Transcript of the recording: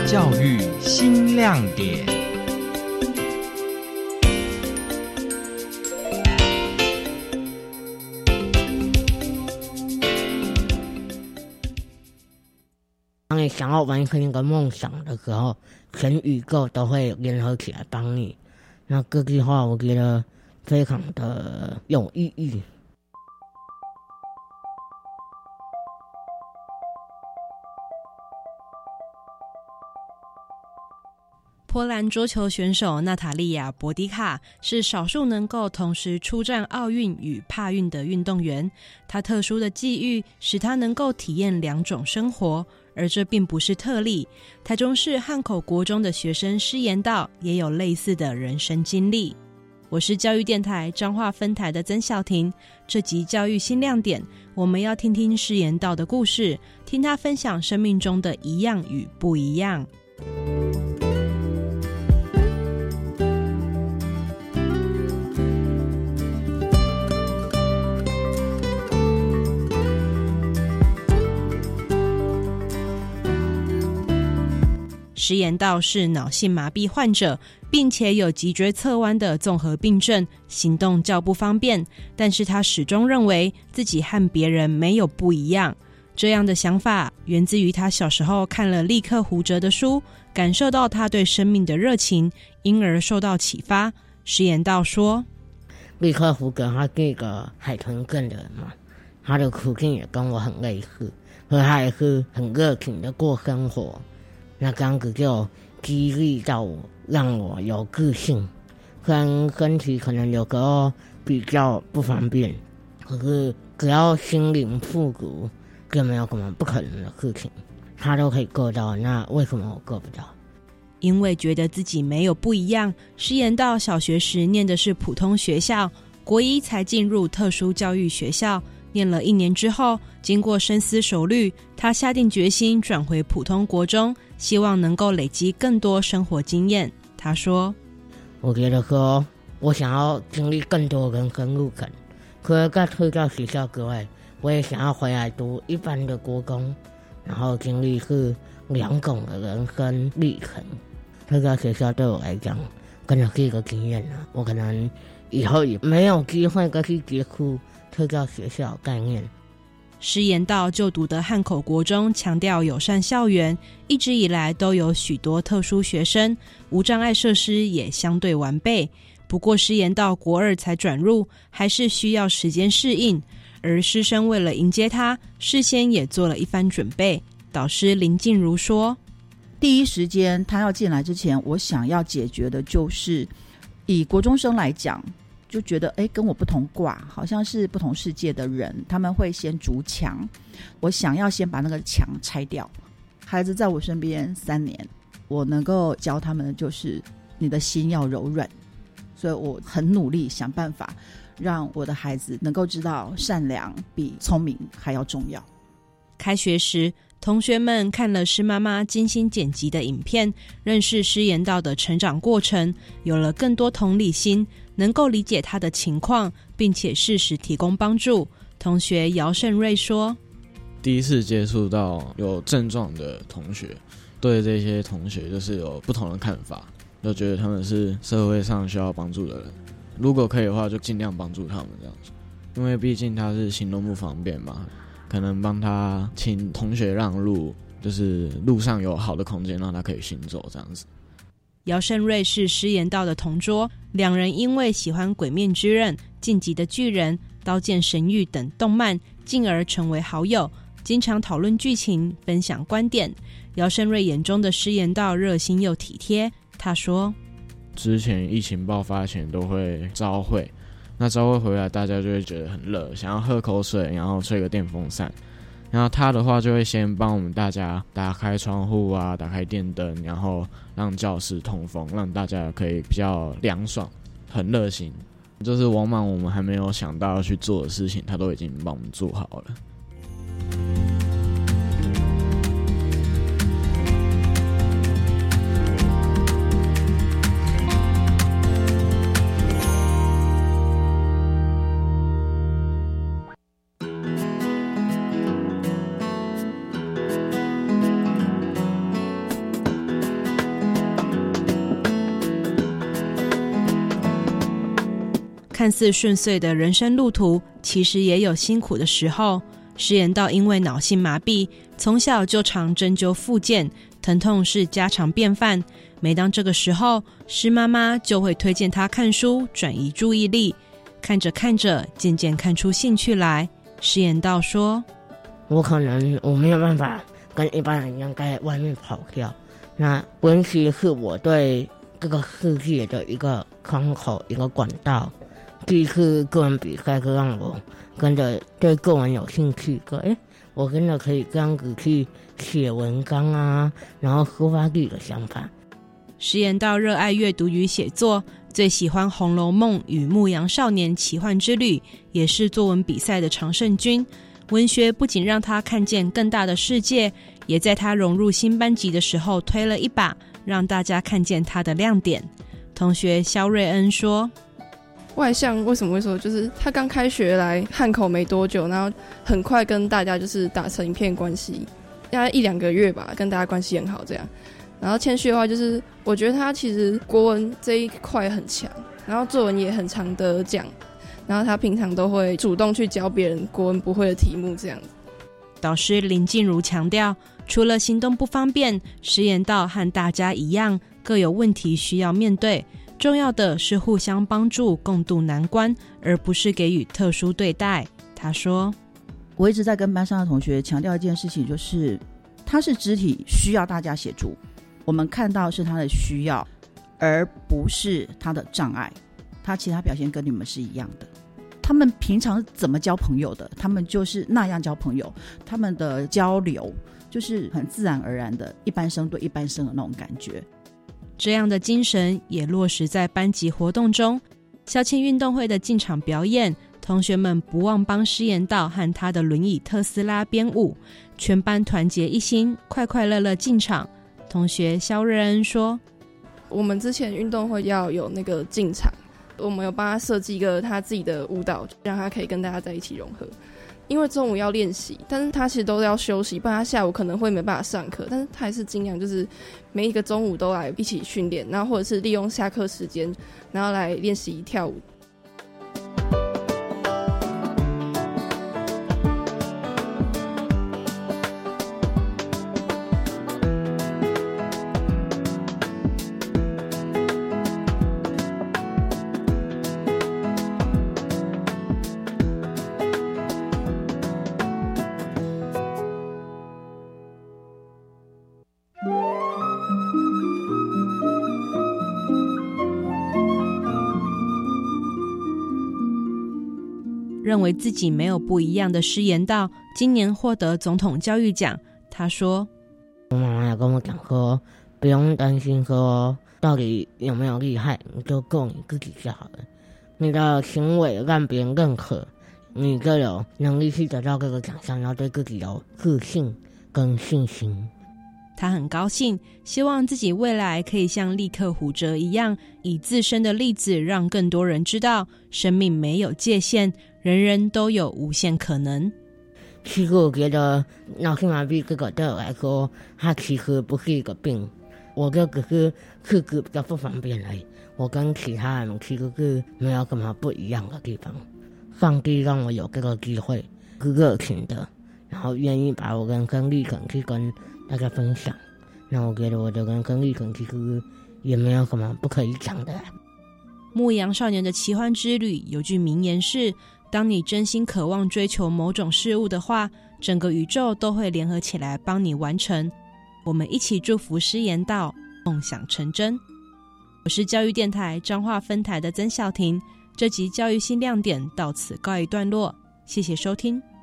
教育新亮点。 当你想要完成一个梦想的时候，全宇宙都会联合起来帮你。那这句话我觉得非常的有意义。 波兰桌球选手娜塔莉亚·博迪卡是少数能够同时出战奥运与帕运的运动员。她特殊的际遇使她能够体验两种生活，而这并不是特例。台中市汉口国中的学生施延道也有类似的人生经历。我是教育电台彰化分台的曾晓婷。这集教育新亮点，我们要听听施延道的故事，听他分享生命中的一样与不一样。施延道是脑性麻痹患者，并且有脊椎侧弯的综合病症，行动较不方便，但是他始终认为自己和别人没有不一样。这样的想法源自于他小时候看了立克胡哲的书，感受到他对生命的热情，因而受到启发。施延道说， 立克胡哲他是一个海豚症的人嘛，他的处境也跟我很类似，所以他也是很热情的过生活。那这样子就激励到我，让我有自信。虽然身体可能有时候比较不方便，可是只要心灵富足，就没有什么不可能的事情，他都可以做到。那为什么我做不到？ 因为觉得自己没有不一样，施延道小学时念的是普通学校，国一才进入特殊教育学校。念了1年之后，经过深思熟虑，他下定决心转回普通国中，希望能够累积更多生活经验。他说， 我觉得说我想要经历更多人生路程，除了在特教学校之外，我也想要回来读一般的国中，然后经历是2种的人生历程。特教学校对我来讲真的是一个经验了，我可能以后也没有机会再去接触特教学校概念。 施延道就读的汉口国中强调友善校园，一直以来都有许多特殊学生，无障碍设施也相对完备。不过施延道国2才转入，还是需要时间适应，而师生为了迎接他，事先也做了一番准备。导师林静茹说， 第一时间他要进来之前，我想要解决的就是以国中生来讲，就觉得跟我不同挂，好像是不同世界的人，他们会先筑墙，我想要先把那个墙拆掉。孩子在我身边3年，我能够教他们的就是你的心要柔软，所以我很努力想办法让我的孩子能够知道善良比聪明还要重要。 开学时，同学们看了施妈妈精心剪辑的影片，认识施延道的成长过程，有了更多同理心，能够理解他的情况，并且适时提供帮助。同学姚胜瑞说， 第一次接触到有症状的同学，对这些同学就是有不同的看法，就觉得他们是社会上需要帮助的人，如果可以的话就尽量帮助他们这样子，因为毕竟他是行动不方便嘛，可能帮他请同学让路，就是路上有好的空间让他可以行走这样子。 姚胜瑞是施延道的同桌，两人因为喜欢《鬼面之刃》、《晋级的巨人》、《刀剑神域》等动漫，进而成为好友，经常讨论剧情，分享观点。姚胜瑞眼中的施延道热心又体贴，他说， 之前疫情爆发前都会朝会，那朝会回来大家就会觉得很热，想要喝口水，然后吹个电风扇，然后他的话就会先帮我们大家打开窗户啊，打开电灯，然后让教室通风，让大家可以比较凉爽，很热心，就是往往我们还没有想到要去做的事情，他都已经帮我们做好了。 看似顺遂的人生路途，其实也有辛苦的时候。施延道因为脑性麻痹，从小就常针灸复健，疼痛是家常便饭。每当这个时候，施妈妈就会推荐他看书，转移注意力。看着看着，渐渐看出兴趣来。施延道说： 我可能我没有办法跟一般人一样在外面跑跳，那文学是我对这个世界的一个窗口，一个管道。第一次个人比赛就让我跟着对个人有兴趣，我真的可以这样子去写文章啊，然后抒发自己的想法。 施延道热爱阅读与写作，最喜欢《红楼梦》与《牧羊少年奇幻之旅》，也是作文比赛的常胜军。文学不仅让他看见更大的世界，也在他融入新班级的时候推了一把，让大家看见他的亮点。同学肖瑞恩说： 外向为什么会说，就是他刚开学来汉口没多久，然后很快跟大家就是打成一片关系，大概1-2个月吧，跟大家关系很好这样。然后谦虚的话，就是我觉得他其实国文这一块很强，然后作文也很常得奖，然后他平常都会主动去教别人国文不会的题目这样子。 导师林静茹强调，除了行动不方便，施延道和大家一样各有问题需要面对，重要的是互相帮助，共度难关，而不是给予特殊对待。他说： 我一直在跟班上的同学强调一件事情，就是他是肢体需要大家协助，我们看到是他的需要，而不是他的障碍。他其他表现跟你们是一样的。他们平常怎么交朋友的，他们就是那样交朋友，他们的交流就是很自然而然的一般生对一般生的那种感觉。 这样的精神也落实在班级活动中。校庆运动会的进场表演，同学们不忘帮施延道和他的轮椅特斯拉编舞，全班团结一心，快快乐乐进场。同学肖瑞恩说： 我们之前运动会要有那个进场，我们有帮他设计一个他自己的舞蹈，让他可以跟大家在一起融合。因为中午要练习，但是他其实都要休息，不然他下午可能会没办法上课，但是他还是尽量就是每一个中午都来一起训练，然后或者是利用下课时间然后来练习跳舞。 认为自己没有不一样的施延道今年获得总统教育奖。他说： 我妈妈也跟我讲说，不用担心说到底有没有厉害，你就做你自己就好了。你的行为让别人认可，你就有能力去得到这个奖项，要对自己有自信跟信心。 他很高兴，希望自己未来可以像立刻胡哲一样，以自身的例子让更多人知道，生命没有界限，人人都有无限可能。 其实我觉得脑性麻痹这个对我来说，它其实不是一个病，我就只是四肢比较不方便而已。我跟其他人其实是没有什么不一样的地方。上帝让我有这个机会，是热情的，然后愿意把我人生历程去跟大家分享。那我觉得我的人生历程其实也没有什么不可以讲的。 牧羊少年的奇幻之旅有句名言是：当你真心渴望追求某种事物的话，整个宇宙都会联合起来帮你完成。我们一起祝福施延道梦想成真。我是教育电台彰化分台的曾晓婷，这集教育新亮点到此告一段落，谢谢收听。